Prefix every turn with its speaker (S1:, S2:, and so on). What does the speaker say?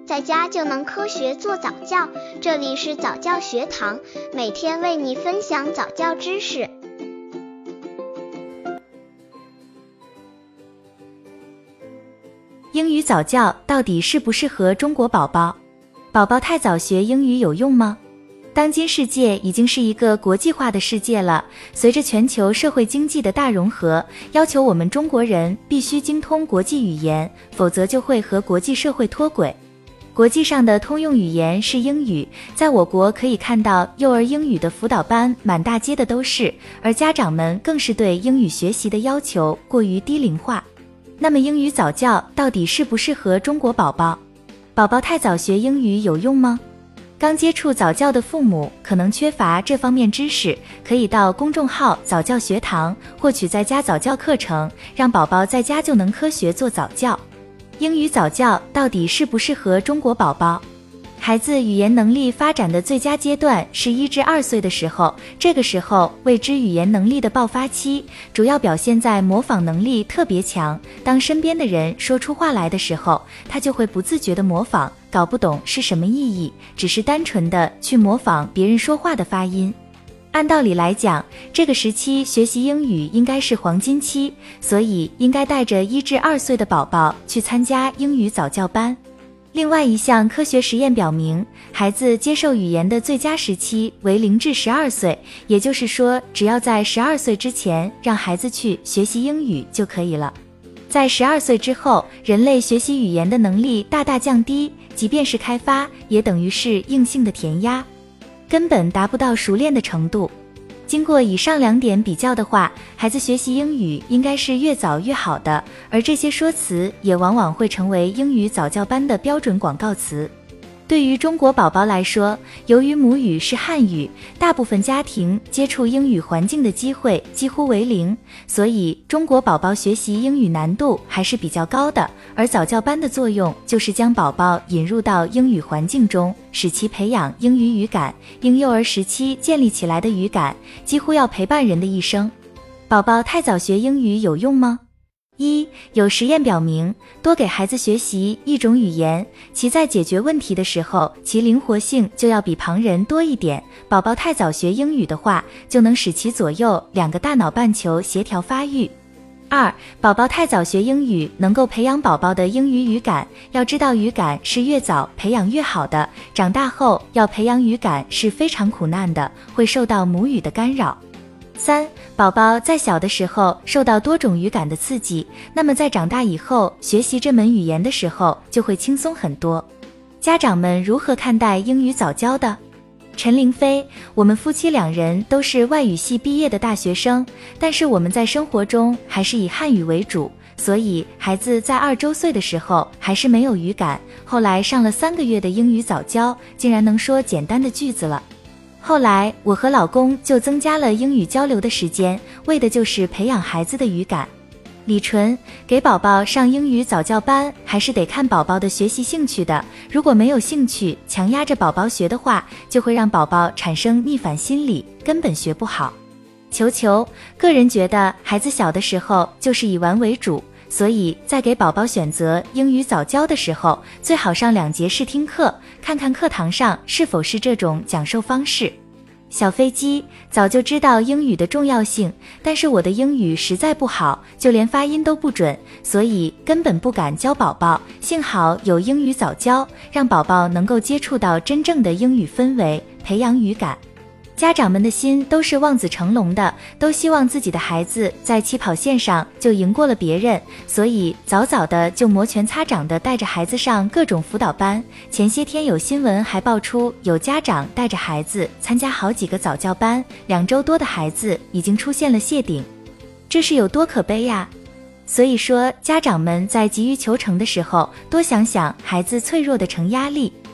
S1: 在家就能科学做早教。这里是早教学堂，每天为你分享早教知识。
S2: 英语早教到底适不适合中国宝宝？宝宝太早学英语有用吗？当今世界已经是一个国际化的世界了，随着全球社会经济的大融合，要求我们中国人必须精通国际语言，否则就会和国际社会脱轨。国际上的通用语言是英语，在我国可以看到幼儿英语的辅导班满大街的都是，而家长们更是对英语学习的要求过于低龄化。那么英语早教到底适不适合中国宝宝？宝宝太早学英语有用吗？刚接触早教的父母可能缺乏这方面知识，可以到公众号早教学堂获取在家早教课程，让宝宝在家就能科学做早教。英语早教到底适不适合中国宝宝？孩子语言能力发展的最佳阶段是1至2岁的时候，这个时候谓之语言能力的爆发期，主要表现在模仿能力特别强。当身边的人说出话来的时候，他就会不自觉地模仿，搞不懂是什么意义，只是单纯的去模仿别人说话的发音。按道理来讲，这个时期学习英语应该是黄金期，所以应该带着1至2岁的宝宝去参加英语早教班。另外一项科学实验表明，孩子接受语言的最佳时期为0至12岁，也就是说，只要在12岁之前让孩子去学习英语就可以了。在12岁之后，人类学习语言的能力大大降低，即便是开发，也等于是硬性的填鸭，根本达不到熟练的程度。经过以上2点比较的话，孩子学习英语应该是越早越好的，而这些说辞也往往会成为英语早教班的标准广告词。对于中国宝宝来说，由于母语是汉语，大部分家庭接触英语环境的机会几乎为0，所以中国宝宝学习英语难度还是比较高的，而早教班的作用就是将宝宝引入到英语环境中，使其培养英语语感。婴幼儿时期建立起来的语感，几乎要陪伴人的一生。宝宝太早学英语有用吗？1. 有实验表明，多给孩子学习一种语言，其在解决问题的时候，其灵活性就要比旁人多一点。宝宝太早学英语的话，就能使其左右2个大脑半球协调发育。2. 宝宝太早学英语能够培养宝宝的英语语感，要知道语感是越早培养越好的，长大后要培养语感是非常苦难的，会受到母语的干扰。3. 宝宝在小的时候受到多种语感的刺激，那么在长大以后学习这门语言的时候就会轻松很多。家长们如何看待英语早教的？陈凌飞，我们夫妻2人都是外语系毕业的大学生，但是我们在生活中还是以汉语为主，所以孩子在2周岁的时候还是没有语感，后来上了3个月的英语早教，竟然能说简单的句子了。后来我和老公就增加了英语交流的时间，为的就是培养孩子的语感。李纯，给宝宝上英语早教班还是得看宝宝的学习兴趣的，如果没有兴趣，强压着宝宝学的话，就会让宝宝产生逆反心理，根本学不好。球球，个人觉得孩子小的时候就是以玩为主，所以在给宝宝选择英语早教的时候，最好上2节试听课，看看课堂上是否是这种讲授方式。小飞机，早就知道英语的重要性，但是我的英语实在不好，就连发音都不准，所以根本不敢教宝宝，幸好有英语早教，让宝宝能够接触到真正的英语氛围，培养语感。家长们的心都是望子成龙的，都希望自己的孩子在起跑线上就赢过了别人，所以早早的就摩拳擦掌的带着孩子上各种辅导班。前些天有新闻还爆出，有家长带着孩子参加好几个早教班，2周多的孩子已经出现了谢顶，这是有多可悲呀！所以说，家长们在急于求成的时候，多想想孩子脆弱的承压力。